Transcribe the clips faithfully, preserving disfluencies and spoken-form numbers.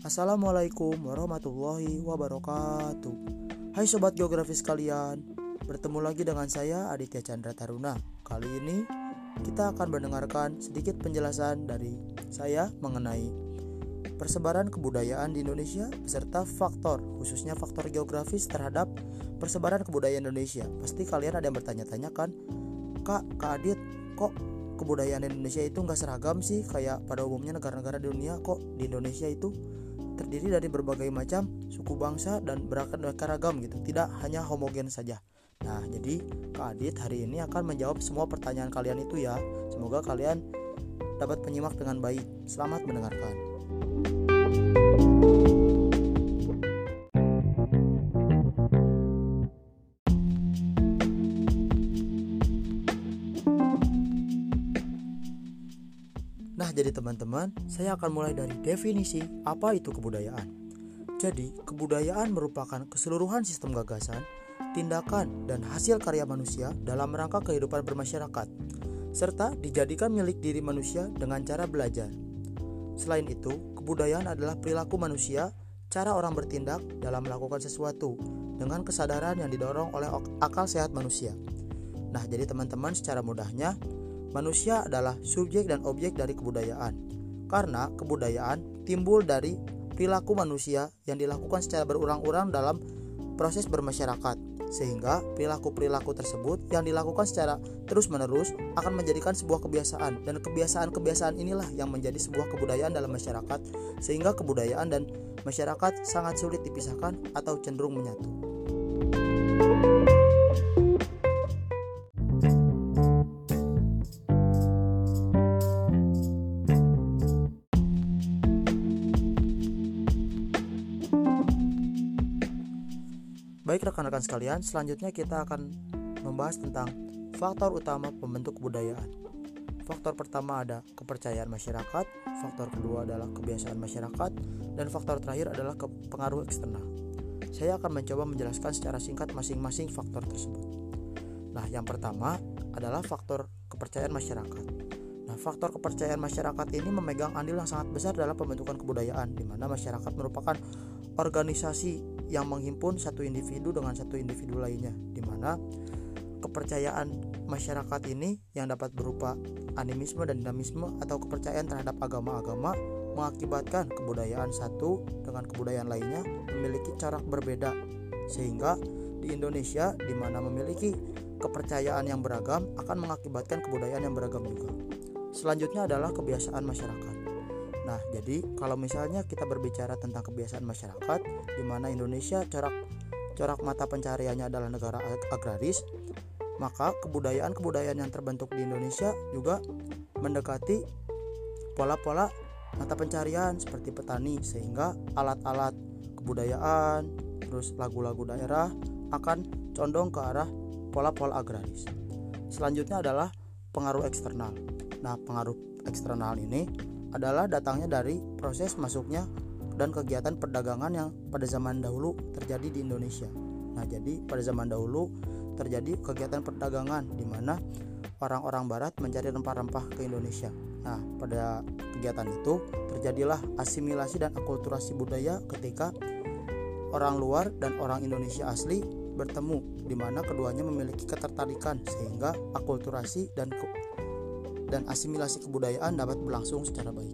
Assalamualaikum warahmatullahi wabarakatuh. Hai sobat geografi sekalian, bertemu lagi dengan saya Aditya Chandra Taruna. Kali ini kita akan mendengarkan sedikit penjelasan dari saya mengenai persebaran kebudayaan di Indonesia beserta faktor, khususnya faktor geografis terhadap persebaran kebudayaan Indonesia. Pasti kalian ada yang bertanya-tanya kan, Kak, Kak Adit, kok kebudayaan Indonesia itu nggak seragam sih kayak pada umumnya negara-negara di dunia? Kok di Indonesia itu terdiri dari berbagai macam suku bangsa dan beraneka ragam gitu, tidak hanya homogen saja. Nah, jadi Kak Adit hari ini akan menjawab semua pertanyaan kalian itu ya. Semoga kalian dapat menyimak dengan baik. Selamat mendengarkan. Nah, jadi teman-teman, saya akan mulai dari definisi apa itu kebudayaan. Jadi, kebudayaan merupakan keseluruhan sistem gagasan, tindakan, dan hasil karya manusia dalam rangka kehidupan bermasyarakat, serta dijadikan milik diri manusia dengan cara belajar. Selain itu, kebudayaan adalah perilaku manusia, cara orang bertindak dalam melakukan sesuatu, dengan kesadaran yang didorong oleh akal sehat manusia. Nah, jadi teman-teman, secara mudahnya, manusia adalah subjek dan objek dari kebudayaan, karena kebudayaan timbul dari perilaku manusia yang dilakukan secara berulang-ulang dalam proses bermasyarakat, sehingga perilaku-perilaku tersebut yang dilakukan secara terus-menerus akan menjadikan sebuah kebiasaan, dan kebiasaan-kebiasaan inilah yang menjadi sebuah kebudayaan dalam masyarakat, sehingga kebudayaan dan masyarakat sangat sulit dipisahkan atau cenderung menyatu. Baik rekan-rekan sekalian, selanjutnya kita akan membahas tentang faktor utama pembentuk kebudayaan. Faktor pertama ada kepercayaan masyarakat, faktor kedua adalah kebiasaan masyarakat, dan faktor terakhir adalah pengaruh eksternal. Saya akan mencoba menjelaskan secara singkat masing-masing faktor tersebut. Nah, yang pertama adalah faktor kepercayaan masyarakat. Nah, faktor kepercayaan masyarakat ini memegang andil yang sangat besar dalam pembentukan kebudayaan, di mana masyarakat merupakan organisasi yang menghimpun satu individu dengan satu individu lainnya, di mana kepercayaan masyarakat ini yang dapat berupa animisme dan dinamisme atau kepercayaan terhadap agama-agama mengakibatkan kebudayaan satu dengan kebudayaan lainnya memiliki corak berbeda, sehingga di Indonesia di mana memiliki kepercayaan yang beragam akan mengakibatkan kebudayaan yang beragam juga. Selanjutnya adalah kebiasaan masyarakat. Nah, jadi kalau misalnya kita berbicara tentang kebiasaan masyarakat, di mana Indonesia corak corak mata pencahariannya adalah negara agraris, maka kebudayaan-kebudayaan yang terbentuk di Indonesia juga mendekati pola-pola mata pencaharian seperti petani, sehingga alat-alat kebudayaan, terus lagu-lagu daerah akan condong ke arah pola-pola agraris. Selanjutnya adalah pengaruh eksternal. Nah, pengaruh eksternal ini adalah datangnya dari proses masuknya dan kegiatan perdagangan yang pada zaman dahulu terjadi di Indonesia. Nah, jadi pada zaman dahulu terjadi kegiatan perdagangan di mana orang-orang barat mencari rempah-rempah ke Indonesia. Nah, pada kegiatan itu terjadilah asimilasi dan akulturasi budaya ketika orang luar dan orang Indonesia asli bertemu, di mana keduanya memiliki ketertarikan sehingga akulturasi dan ke- dan asimilasi kebudayaan dapat berlangsung secara baik.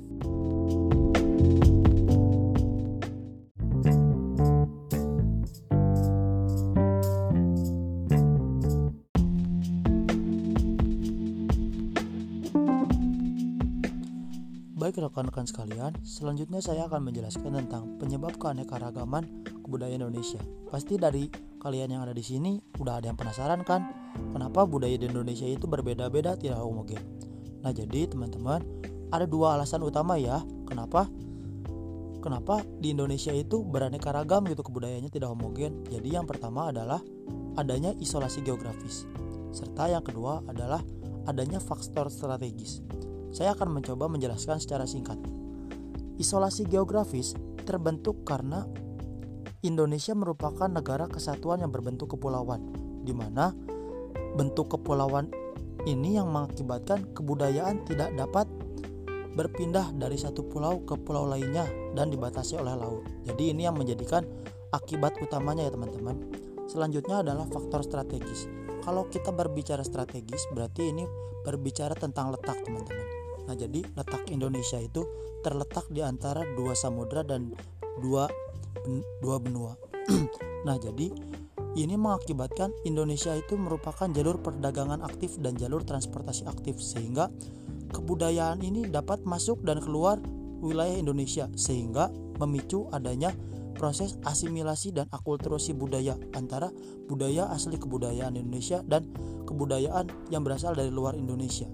Baik rekan-rekan sekalian, selanjutnya saya akan menjelaskan tentang penyebab keanekaragaman kebudayaan Indonesia. Pasti dari kalian yang ada di sini udah ada yang penasaran kan, kenapa budaya di Indonesia itu berbeda-beda, tidak homogen. Nah, jadi teman-teman, ada dua alasan utama ya, kenapa kenapa di Indonesia itu beraneka ragam gitu, kebudayaannya tidak homogen. Jadi yang pertama adalah adanya isolasi geografis, serta yang kedua adalah adanya faktor strategis. Saya akan mencoba menjelaskan secara singkat. Isolasi geografis terbentuk karena Indonesia merupakan negara kesatuan yang berbentuk kepulauan, di mana bentuk kepulauan ini yang mengakibatkan kebudayaan tidak dapat berpindah dari satu pulau ke pulau lainnya dan dibatasi oleh laut. Jadi ini yang menjadikan akibat utamanya ya teman-teman. Selanjutnya adalah faktor strategis. Kalau kita berbicara strategis berarti ini berbicara tentang letak teman-teman. Nah jadi letak Indonesia itu terletak di antara dua samudra dan dua dua benua. Nah jadi ini mengakibatkan Indonesia itu merupakan jalur perdagangan aktif dan jalur transportasi aktif, sehingga kebudayaan ini dapat masuk dan keluar wilayah Indonesia, sehingga memicu adanya proses asimilasi dan akulturasi budaya antara budaya asli kebudayaan Indonesia dan kebudayaan yang berasal dari luar Indonesia.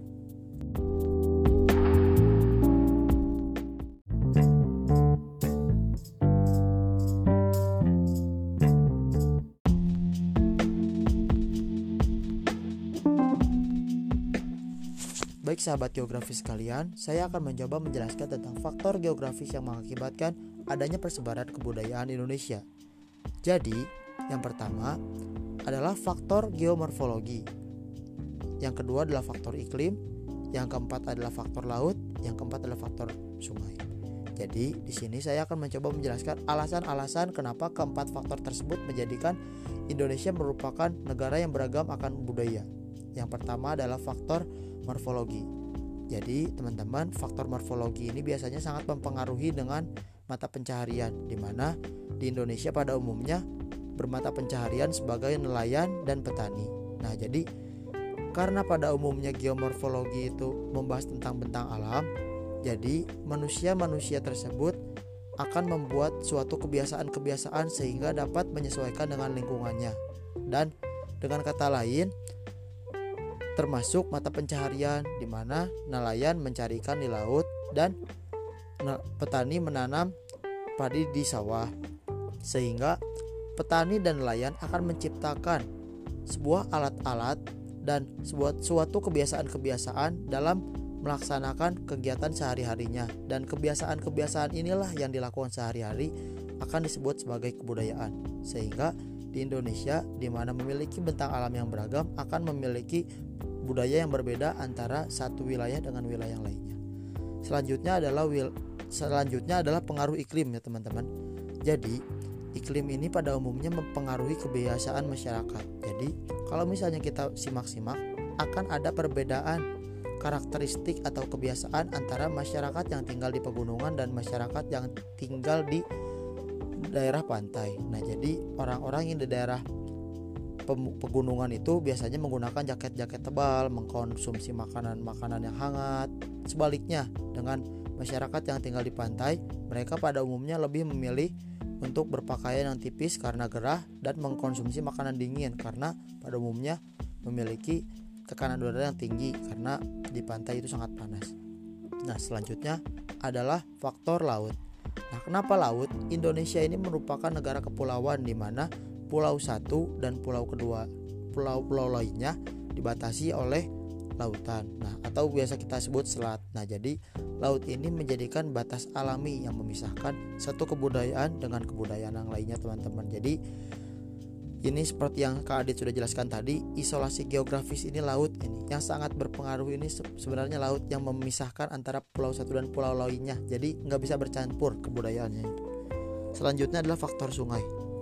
Baik sahabat geografis sekalian, saya akan mencoba menjelaskan tentang faktor geografis yang mengakibatkan adanya persebaran kebudayaan Indonesia. Jadi, yang pertama adalah faktor geomorfologi. Yang kedua adalah faktor iklim, yang keempat adalah faktor laut, yang keempat adalah faktor sungai. Jadi, di sini saya akan mencoba menjelaskan alasan-alasan kenapa keempat faktor tersebut menjadikan Indonesia merupakan negara yang beragam akan budaya. Yang pertama adalah faktor morfologi. Jadi teman-teman, faktor morfologi ini biasanya sangat mempengaruhi dengan mata pencaharian, di mana di Indonesia pada umumnya bermata pencaharian sebagai nelayan dan petani. Nah jadi karena pada umumnya geomorfologi itu membahas tentang bentang alam, jadi manusia-manusia tersebut akan membuat suatu kebiasaan-kebiasaan sehingga dapat menyesuaikan dengan lingkungannya. Dan dengan kata lain, termasuk mata pencaharian di mana nelayan mencari ikan di laut dan petani menanam padi di sawah. Sehingga petani dan nelayan akan menciptakan sebuah alat-alat dan sebuah suatu kebiasaan-kebiasaan dalam melaksanakan kegiatan sehari-harinya, dan kebiasaan-kebiasaan inilah yang dilakukan sehari-hari akan disebut sebagai kebudayaan. Sehingga di Indonesia, di mana memiliki bentang alam yang beragam, akan memiliki budaya yang berbeda antara satu wilayah dengan wilayah yang lainnya. Selanjutnya adalah wil, selanjutnya adalah pengaruh iklim ya teman-teman. Jadi iklim ini pada umumnya mempengaruhi kebiasaan masyarakat. Jadi kalau misalnya kita simak-simak, akan ada perbedaan karakteristik atau kebiasaan antara masyarakat yang tinggal di pegunungan dan masyarakat yang tinggal di daerah pantai. Nah jadi orang-orang yang di daerah pegunungan itu biasanya menggunakan jaket-jaket tebal, mengkonsumsi makanan-makanan yang hangat. Sebaliknya dengan masyarakat yang tinggal di pantai, mereka pada umumnya lebih memilih untuk berpakaian yang tipis karena gerah dan mengkonsumsi makanan dingin karena pada umumnya memiliki tekanan udara yang tinggi karena di pantai itu sangat panas. Nah, selanjutnya adalah faktor laut. Nah, kenapa laut? Indonesia ini merupakan negara kepulauan di mana pulau satu dan pulau kedua, pulau-pulau lainnya dibatasi oleh lautan. Nah, atau biasa kita sebut selat. Nah, jadi laut ini menjadikan batas alami yang memisahkan satu kebudayaan dengan kebudayaan yang lainnya, teman-teman. Jadi ini seperti yang Kak Adit sudah jelaskan tadi, isolasi geografis ini laut ini yang sangat berpengaruh. Ini sebenarnya laut yang memisahkan antara pulau satu dan pulau lainnya. Jadi nggak bisa bercampur kebudayaannya. Selanjutnya adalah faktor sungai.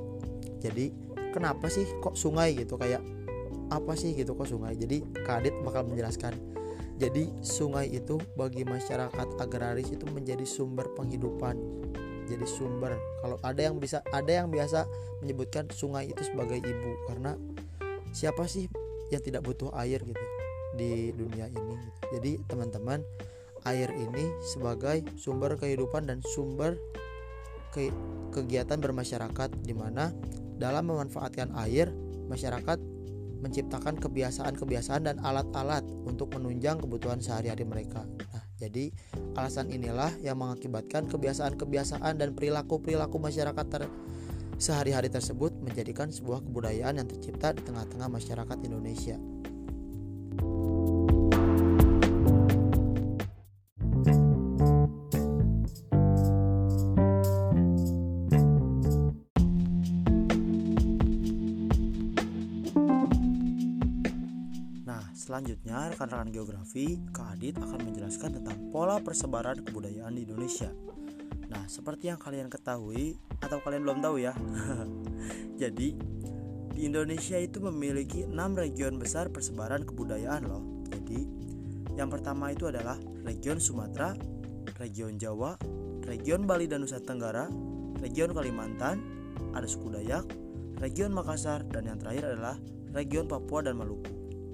Jadi kenapa sih kok sungai gitu, kayak apa sih gitu kok sungai? Jadi Kak Adit bakal menjelaskan. Jadi sungai itu bagi masyarakat agraris itu menjadi sumber penghidupan. Jadi sumber, kalau ada yang bisa ada yang biasa menyebutkan sungai itu sebagai ibu, karena siapa sih yang tidak butuh air gitu di dunia ini gitu. Jadi teman-teman, air ini sebagai sumber kehidupan dan sumber ke- kegiatan bermasyarakat, di mana dalam memanfaatkan air, masyarakat menciptakan kebiasaan-kebiasaan dan alat-alat untuk menunjang kebutuhan sehari-hari mereka. Nah, jadi alasan inilah yang mengakibatkan kebiasaan-kebiasaan dan perilaku-perilaku masyarakat ter- sehari-hari tersebut menjadikan sebuah kebudayaan yang tercipta di tengah-tengah masyarakat Indonesia. Selanjutnya, rekan-rekan geografi, Kak Adit akan menjelaskan tentang pola persebaran kebudayaan di Indonesia. Nah, seperti yang kalian ketahui atau kalian belum tahu ya. Jadi, di Indonesia itu memiliki enam region besar persebaran kebudayaan loh. Jadi, yang pertama itu adalah region Sumatera, region Jawa, region Bali dan Nusa Tenggara, region Kalimantan, ada suku Dayak, region Makassar, dan yang terakhir adalah region Papua dan Maluku.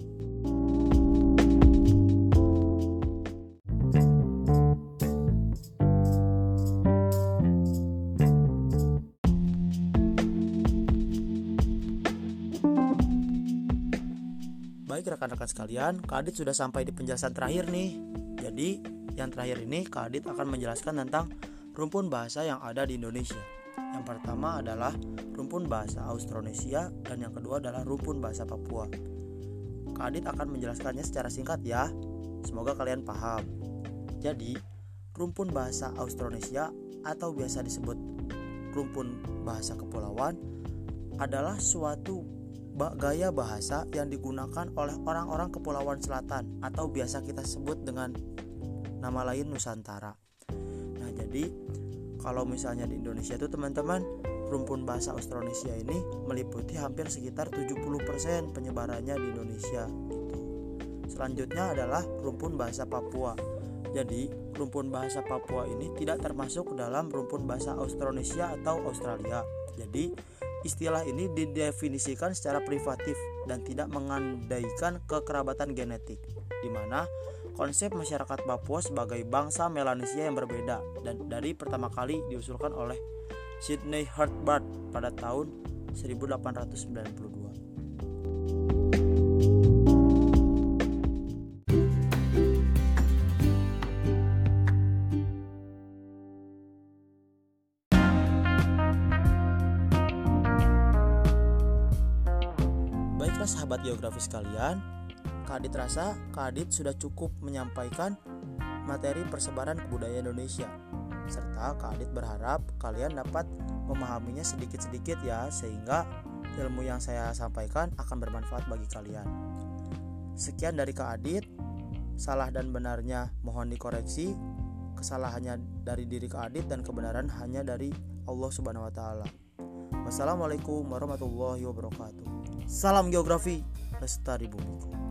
Baik rekan-rekan sekalian, Kak Adit sudah sampai di penjelasan terakhir nih. Jadi yang terakhir ini Kak Adit akan menjelaskan tentang rumpun bahasa yang ada di Indonesia. Yang pertama adalah rumpun bahasa Austronesia dan yang kedua adalah rumpun bahasa Papua. Kak Adit akan menjelaskannya secara singkat ya. Semoga kalian paham. Jadi rumpun bahasa Austronesia atau biasa disebut rumpun bahasa kepulauan adalah suatu gaya bahasa yang digunakan oleh orang-orang Kepulauan Selatan atau biasa kita sebut dengan nama lain Nusantara. Nah, jadi kalau misalnya di Indonesia itu teman-teman, rumpun bahasa Austronesia ini meliputi hampir sekitar tujuh puluh persen penyebarannya di Indonesia gitu. Selanjutnya adalah rumpun bahasa Papua. Jadi, rumpun bahasa Papua ini tidak termasuk dalam rumpun bahasa Austronesia atau Australia. Jadi, istilah ini didefinisikan secara privatif dan tidak mengandaikan kekerabatan genetik, di mana konsep masyarakat Papua sebagai bangsa Melanesia yang berbeda dan dari pertama kali diusulkan oleh Sidney Hertbard pada tahun seribu delapan ratus sembilan puluh dua. Baiklah sahabat geografi sekalian, Kak Adit rasa Kak Adit sudah cukup menyampaikan materi persebaran kebudayaan Indonesia. Serta Kak Adit berharap kalian dapat memahaminya sedikit-sedikit ya, sehingga ilmu yang saya sampaikan akan bermanfaat bagi kalian. Sekian dari Kak Adit. Salah dan benarnya mohon dikoreksi. Kesalahannya dari diri Kak Adit dan kebenaran hanya dari Allah Subhanahu wa taala. Wassalamualaikum warahmatullahi wabarakatuh. Salam geografi, lestari bumiku.